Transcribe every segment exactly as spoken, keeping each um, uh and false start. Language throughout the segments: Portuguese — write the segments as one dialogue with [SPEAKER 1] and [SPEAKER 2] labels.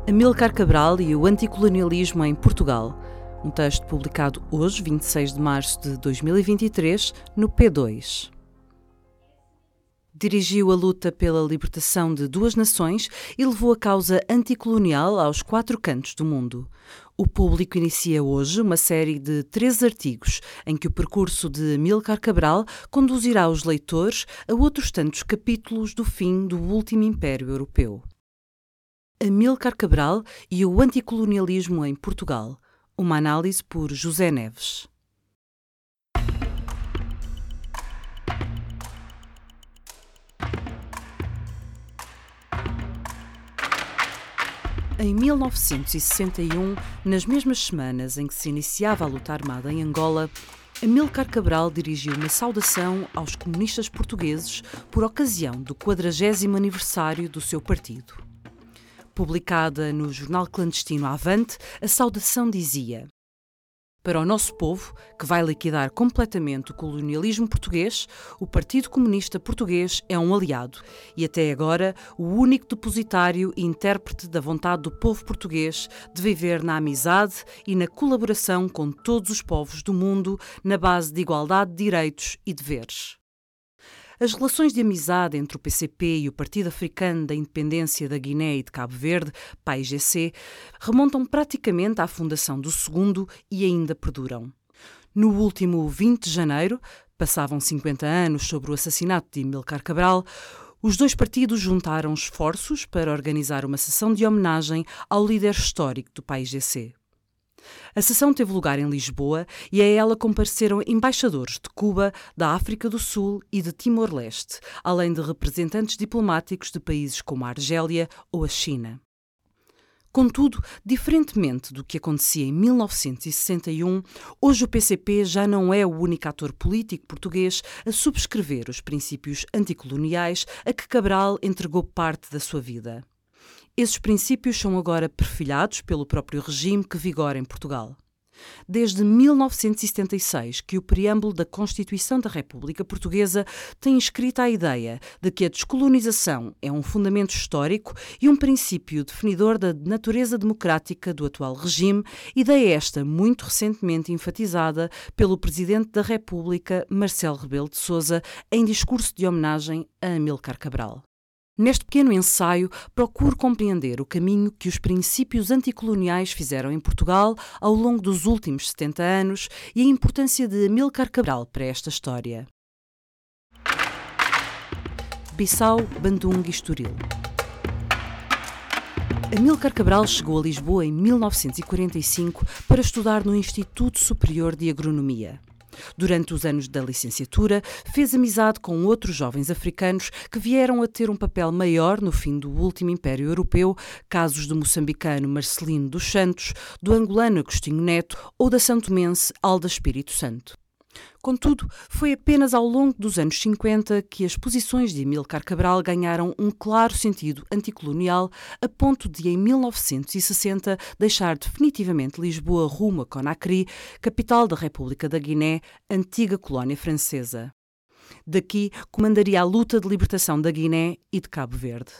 [SPEAKER 1] Amílcar Cabral e o anticolonialismo em Portugal. Um texto publicado hoje, vinte e seis de março de dois mil e vinte e três, no P dois. Dirigiu a luta pela libertação de duas nações e levou a causa anticolonial aos quatro cantos do mundo. O Público inicia hoje uma série de três artigos em que o percurso de Amílcar Cabral conduzirá os leitores a outros tantos capítulos do fim do último Império Europeu. Amílcar Cabral e o anticolonialismo em Portugal. Uma análise por José Neves. Em mil novecentos e sessenta e um, nas mesmas semanas em que se iniciava a luta armada em Angola, Amílcar Cabral dirigiu uma saudação aos comunistas portugueses por ocasião do quadragésimo aniversário do seu partido. Publicada no jornal clandestino Avante, a saudação dizia: "Para o nosso povo, que vai liquidar completamente o colonialismo português, o Partido Comunista Português é um aliado e até agora o único depositário e intérprete da vontade do povo português de viver na amizade e na colaboração com todos os povos do mundo na base de igualdade de direitos e deveres." As relações de amizade entre o P C P e o Partido Africano da Independência da Guiné e de Cabo Verde, P A I G C, remontam praticamente à fundação do segundo e ainda perduram. No último vinte de janeiro, passavam cinquenta anos sobre o assassinato de Amílcar Cabral, os dois partidos juntaram esforços para organizar uma sessão de homenagem ao líder histórico do P A I G C. A sessão teve lugar em Lisboa e a ela compareceram embaixadores de Cuba, da África do Sul e de Timor-Leste, além de representantes diplomáticos de países como a Argélia ou a China. Contudo, diferentemente do que acontecia em mil novecentos e sessenta e um, hoje o P C P já não é o único ator político português a subscrever os princípios anticoloniais a que Cabral entregou parte da sua vida. Esses princípios são agora perfilhados pelo próprio regime que vigora em Portugal. Desde mil novecentos e setenta e seis que o preâmbulo da Constituição da República Portuguesa tem escrita a ideia de que a descolonização é um fundamento histórico e um princípio definidor da natureza democrática do atual regime, ideia esta muito recentemente enfatizada pelo Presidente da República, Marcelo Rebelo de Sousa, em discurso de homenagem a Amílcar Cabral. Neste pequeno ensaio, procuro compreender o caminho que os princípios anticoloniais fizeram em Portugal ao longo dos últimos setenta anos e a importância de Amílcar Cabral para esta história. Bissau, Bandung e Estoril. Amílcar Cabral chegou a Lisboa em mil novecentos e quarenta e cinco para estudar no Instituto Superior de Agronomia. Durante os anos da licenciatura, fez amizade com outros jovens africanos que vieram a ter um papel maior no fim do último Império Europeu, casos do moçambicano Marcelino dos Santos, do angolano Agostinho Neto ou da santomense Alda Espírito Santo. Contudo, foi apenas ao longo dos anos cinquenta que as posições de Amílcar Cabral ganharam um claro sentido anticolonial, a ponto de, em mil novecentos e sessenta, deixar definitivamente Lisboa rumo a Conakry, capital da República da Guiné, antiga colónia francesa. Daqui, comandaria a luta de libertação da Guiné e de Cabo Verde.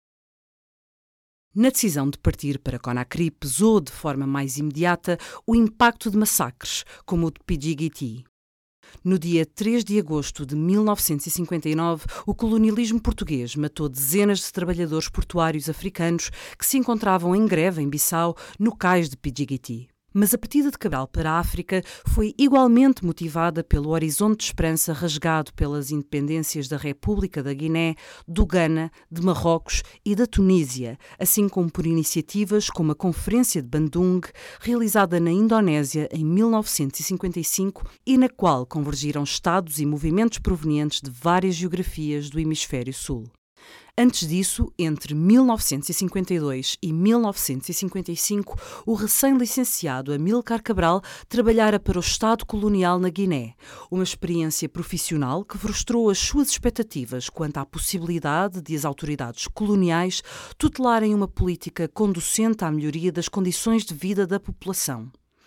[SPEAKER 1] Na decisão de partir para Conakry pesou de forma mais imediata o impacto de massacres, como o de Pidjigiti. No dia três de agosto de mil novecentos e cinquenta e nove, o colonialismo português matou dezenas de trabalhadores portuários africanos que se encontravam em greve em Bissau, no cais de Pidjigiti. Mas a partida de Cabral para a África foi igualmente motivada pelo horizonte de esperança rasgado pelas independências da República da Guiné, do Ghana, de Marrocos e da Tunísia, assim como por iniciativas como a Conferência de Bandung, realizada na Indonésia em mil novecentos e cinquenta e cinco e na qual convergiram estados e movimentos provenientes de várias geografias do Hemisfério Sul. Antes disso, entre mil novecentos e cinquenta e dois e mil novecentos e cinquenta e cinco, o recém-licenciado Amílcar Cabral trabalhara para o Estado colonial na Guiné, uma experiência profissional que frustrou as suas expectativas quanto à possibilidade de as autoridades coloniais tutelarem uma política conducente à melhoria das condições de vida da população.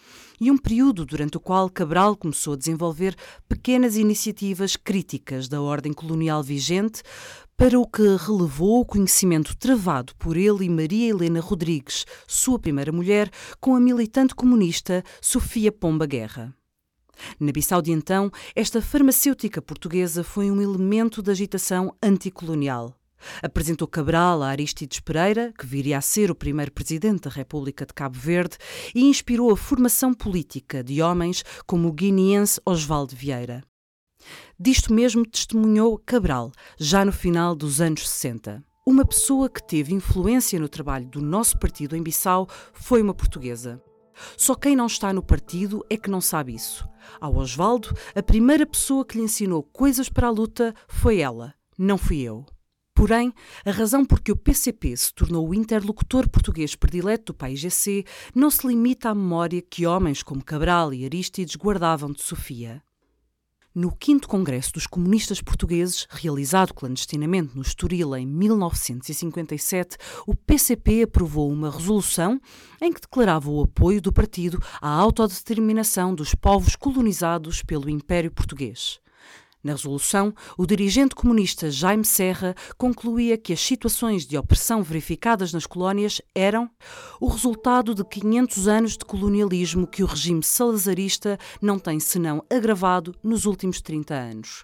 [SPEAKER 1] e um período durante o qual Cabral começou a desenvolver pequenas iniciativas críticas da ordem colonial vigente, para o que relevou o conhecimento travado por ele e Maria Helena Rodrigues, sua primeira mulher, com a militante comunista Sofia Pomba Guerra. Na Bissau de então, esta farmacêutica portuguesa foi um elemento da agitação anticolonial. Apresentou Cabral a Arístides Pereira, que viria a ser o primeiro presidente da República de Cabo Verde, e inspirou a formação política de homens como o guineense Osvaldo Vieira. Disto mesmo testemunhou Cabral, já no final dos anos sessenta. Uma pessoa que teve influência no trabalho do nosso partido em Bissau foi uma portuguesa. Só quem não está no partido é que não sabe isso. Ao Osvaldo, a primeira pessoa que lhe ensinou coisas para a luta foi ela, não fui eu. Porém, a razão por que o P C P se tornou o interlocutor português predileto do P A I G C não se limita à memória que homens como Cabral e Arístides guardavam de Sofia. No quinto Congresso dos Comunistas Portugueses, realizado clandestinamente no Estoril em mil novecentos e cinquenta e sete, o P C P aprovou uma resolução em que declarava o apoio do partido à autodeterminação dos povos colonizados pelo Império Português. Na resolução, o dirigente comunista Jaime Serra concluía que as situações de opressão verificadas nas colónias eram o resultado de quinhentos anos de colonialismo que o regime salazarista não tem senão agravado nos últimos trinta anos.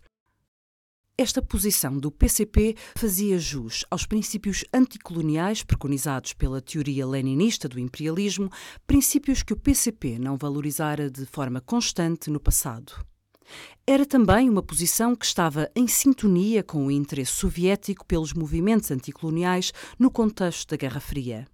[SPEAKER 1] Esta posição do P C P fazia jus aos princípios anticoloniais preconizados pela teoria leninista do imperialismo, princípios que o P C P não valorizara de forma constante no passado. Era também uma posição que estava em sintonia com o interesse soviético pelos movimentos anticoloniais no contexto da Guerra Fria.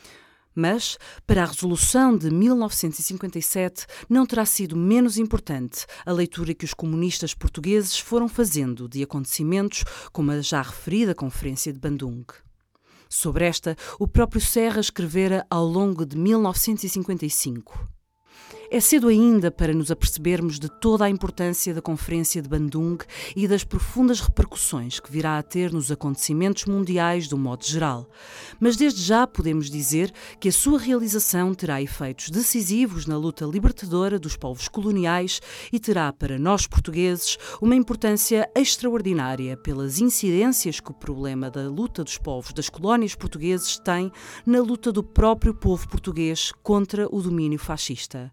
[SPEAKER 1] Mas, para a Resolução de mil novecentos e cinquenta e sete, não terá sido menos importante a leitura que os comunistas portugueses foram fazendo de acontecimentos como a já referida Conferência de Bandung. Sobre esta, o próprio Serra escrevera ao longo de mil novecentos e cinquenta e cinco. É cedo ainda para nos apercebermos de toda a importância da Conferência de Bandung e das profundas repercussões que virá a ter nos acontecimentos mundiais de um modo geral. Mas desde já podemos dizer que a sua realização terá efeitos decisivos na luta libertadora dos povos coloniais e terá para nós portugueses uma importância extraordinária pelas incidências que o problema da luta dos povos das colónias portugueses tem na luta do próprio povo português contra o domínio fascista.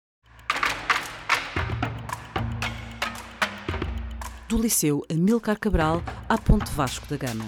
[SPEAKER 1] Do Liceu Amílcar Cabral à Ponte Vasco da Gama.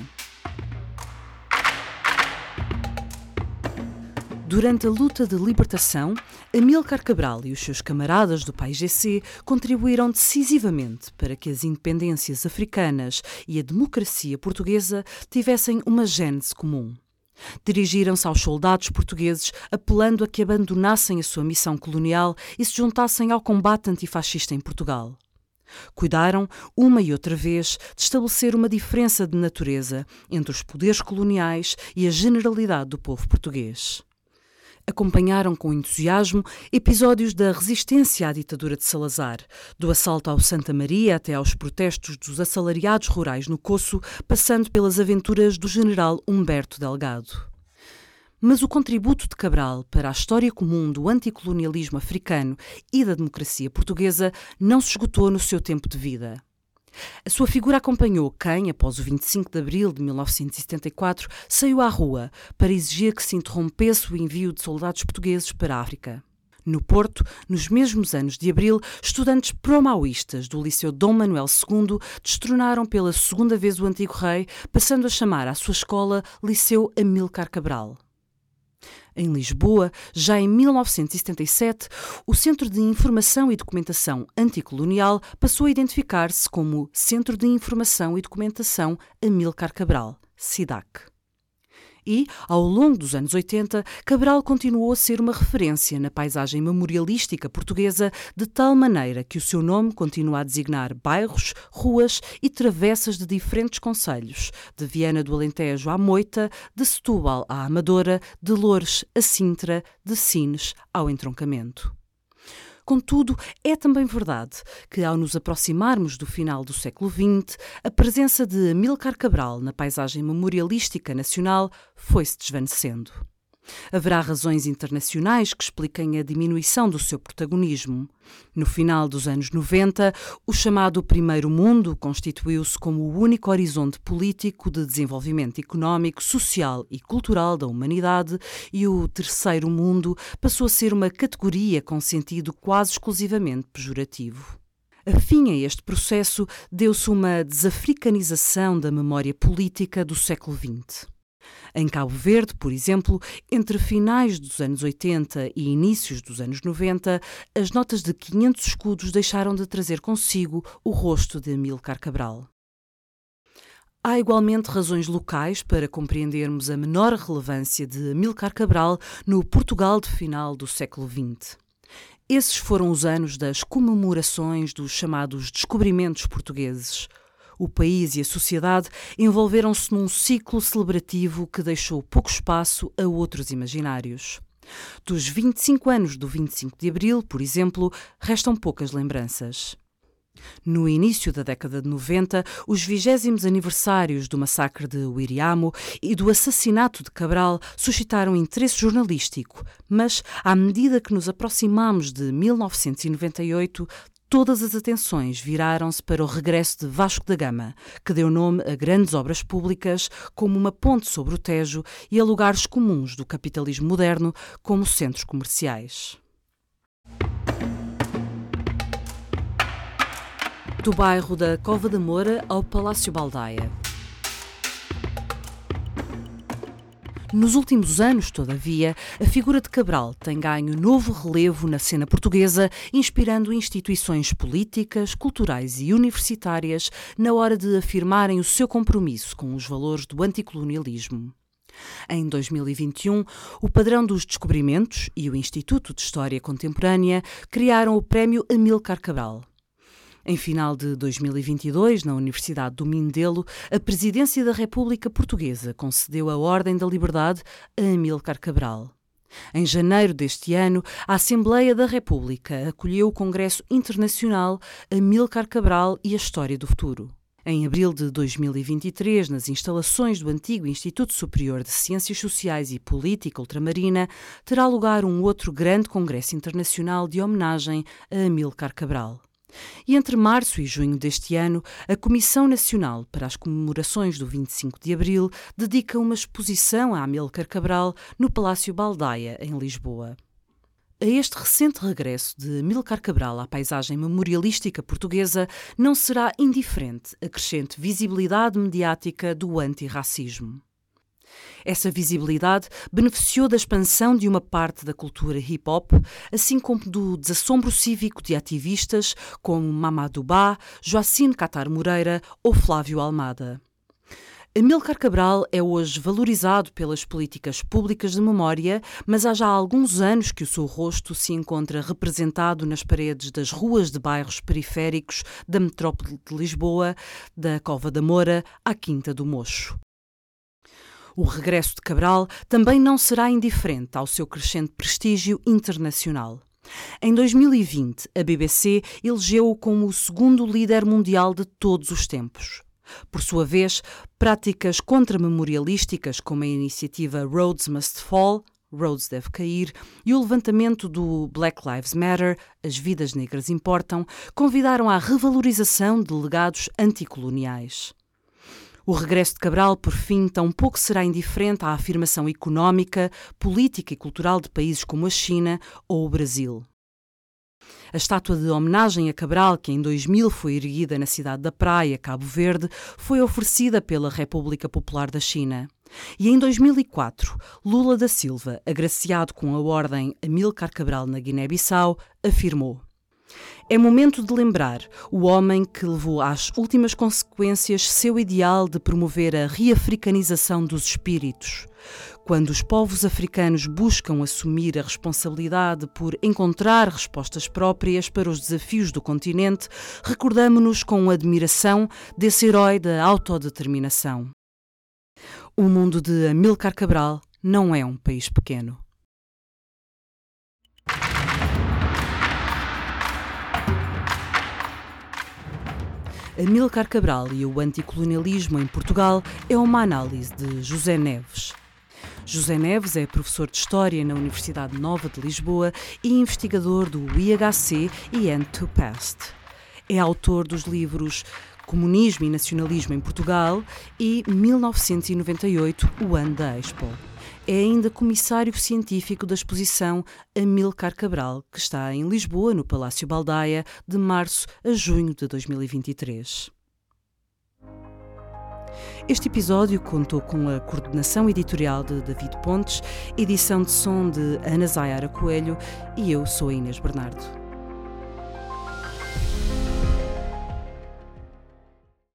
[SPEAKER 1] Durante a luta de libertação, Amílcar Cabral e os seus camaradas do P A I G C contribuíram decisivamente para que as independências africanas e a democracia portuguesa tivessem uma gênese comum. Dirigiram-se aos soldados portugueses apelando a que abandonassem a sua missão colonial e se juntassem ao combate antifascista em Portugal. Cuidaram, uma e outra vez, de estabelecer uma diferença de natureza entre os poderes coloniais e a generalidade do povo português. Acompanharam com entusiasmo episódios da resistência à ditadura de Salazar, do assalto ao Santa Maria até aos protestos dos assalariados rurais no Coço, passando pelas aventuras do general Humberto Delgado. Mas o contributo de Cabral para a história comum do anticolonialismo africano e da democracia portuguesa não se esgotou no seu tempo de vida. A sua figura acompanhou quem, após o vinte e cinco de abril de mil novecentos e setenta e quatro, saiu à rua para exigir que se interrompesse o envio de soldados portugueses para a África. No Porto, nos mesmos anos de abril, estudantes pró-maoístas do Liceu Dom Manuel segundo destronaram pela segunda vez o antigo rei, passando a chamar à sua escola Liceu Amílcar Cabral. Em Lisboa, já em mil novecentos e setenta e sete, o Centro de Informação e Documentação Anticolonial passou a identificar-se como Centro de Informação e Documentação Amílcar Cabral, SIDAC. E, ao longo dos anos oitenta, Cabral continuou a ser uma referência na paisagem memorialística portuguesa, de tal maneira que o seu nome continua a designar bairros, ruas e travessas de diferentes concelhos, de Viana do Alentejo à Moita, de Setúbal à Amadora, de Loures a Sintra, de Sines ao Entroncamento. Contudo, é também verdade que, ao nos aproximarmos do final do século vinte, a presença de Amílcar Cabral na paisagem memorialística nacional foi-se desvanecendo. Haverá razões internacionais que expliquem a diminuição do seu protagonismo. No final dos anos noventa, o chamado Primeiro Mundo constituiu-se como o único horizonte político de desenvolvimento económico, social e cultural da humanidade, e o Terceiro Mundo passou a ser uma categoria com sentido quase exclusivamente pejorativo. Afim a este processo, deu-se uma desafricanização da memória política do século vinte. Em Cabo Verde, por exemplo, entre finais dos anos oitenta e inícios dos anos noventa, as notas de quinhentos escudos deixaram de trazer consigo o rosto de Amílcar Cabral. Há igualmente razões locais para compreendermos a menor relevância de Amílcar Cabral no Portugal de final do século vinte. Esses foram os anos das comemorações dos chamados descobrimentos portugueses. O país e a sociedade envolveram-se num ciclo celebrativo que deixou pouco espaço a outros imaginários. Dos vinte e cinco anos do vinte e cinco de Abril, por exemplo, restam poucas lembranças. No início da década de noventa, os vigésimos aniversários do massacre de Wiriamo e do assassinato de Cabral suscitaram interesse jornalístico, mas, à medida que nos aproximamos de mil novecentos e noventa e oito, todas as atenções viraram-se para o regresso de Vasco da Gama, que deu nome a grandes obras públicas como uma ponte sobre o Tejo e a lugares comuns do capitalismo moderno, como centros comerciais. Do bairro da Cova da Moura ao Palácio Baldaia. Nos últimos anos, todavia, a figura de Cabral tem ganho novo relevo na cena portuguesa, inspirando instituições políticas, culturais e universitárias na hora de afirmarem o seu compromisso com os valores do anticolonialismo. Em dois mil e vinte e um, o Padrão dos Descobrimentos e o Instituto de História Contemporânea criaram o Prémio Amílcar Cabral. Em final de dois mil e vinte e dois, na Universidade do Mindelo, a Presidência da República Portuguesa concedeu a Ordem da Liberdade a Amílcar Cabral. Em janeiro deste ano, a Assembleia da República acolheu o Congresso Internacional Amílcar Cabral e a História do Futuro. Em abril de dois mil e vinte e três, nas instalações do antigo Instituto Superior de Ciências Sociais e Política Ultramarina, terá lugar um outro grande Congresso Internacional de homenagem a Amílcar Cabral. E entre março e junho deste ano, a Comissão Nacional para as Comemorações do vinte e cinco de Abril dedica uma exposição a Amílcar Cabral no Palácio Baldaia, em Lisboa. A este recente regresso de Amílcar Cabral à paisagem memorialística portuguesa não será indiferente a crescente visibilidade mediática do antirracismo. Essa visibilidade beneficiou da expansão de uma parte da cultura hip-hop, assim como do desassombro cívico de ativistas como Mamadou Ba, Joacine Catar Moreira ou Flávio Almada. Amílcar Cabral é hoje valorizado pelas políticas públicas de memória, mas há já alguns anos que o seu rosto se encontra representado nas paredes das ruas de bairros periféricos da metrópole de Lisboa, da Cova da Moura à Quinta do Mocho. O regresso de Cabral também não será indiferente ao seu crescente prestígio internacional. Em dois mil e vinte, a B B C elegeu-o como o segundo líder mundial de todos os tempos. Por sua vez, práticas contramemorialísticas como a iniciativa Rhodes Must Fall, Rhodes deve cair, e o levantamento do Black Lives Matter, As Vidas Negras Importam, convidaram à revalorização de legados anticoloniais. O regresso de Cabral, por fim, tampouco será indiferente à afirmação económica, política e cultural de países como a China ou o Brasil. A estátua de homenagem a Cabral, que em dois mil foi erguida na cidade da Praia, Cabo Verde, foi oferecida pela República Popular da China. E em dois mil e quatro, Lula da Silva, agraciado com a Ordem Amílcar Cabral na Guiné-Bissau, afirmou: "É momento de lembrar o homem que levou às últimas consequências seu ideal de promover a reafricanização dos espíritos. Quando os povos africanos buscam assumir a responsabilidade por encontrar respostas próprias para os desafios do continente, recordamo-nos com admiração desse herói da autodeterminação." O mundo de Amílcar Cabral não é um país pequeno. Amílcar Cabral e o anticolonialismo em Portugal é uma análise de José Neves. José Neves é professor de História na Universidade Nova de Lisboa e investigador do I H C e End to Past. É autor dos livros Comunismo e Nacionalismo em Portugal e mil novecentos e noventa e oito, o ano da Expo. É ainda comissário científico da exposição Amílcar Cabral, que está em Lisboa, no Palácio Baldaia, de março a junho de dois mil e vinte e três. Este episódio contou com a coordenação editorial de David Pontes, edição de som de Ana Zayara Coelho e eu sou a Inês Bernardo.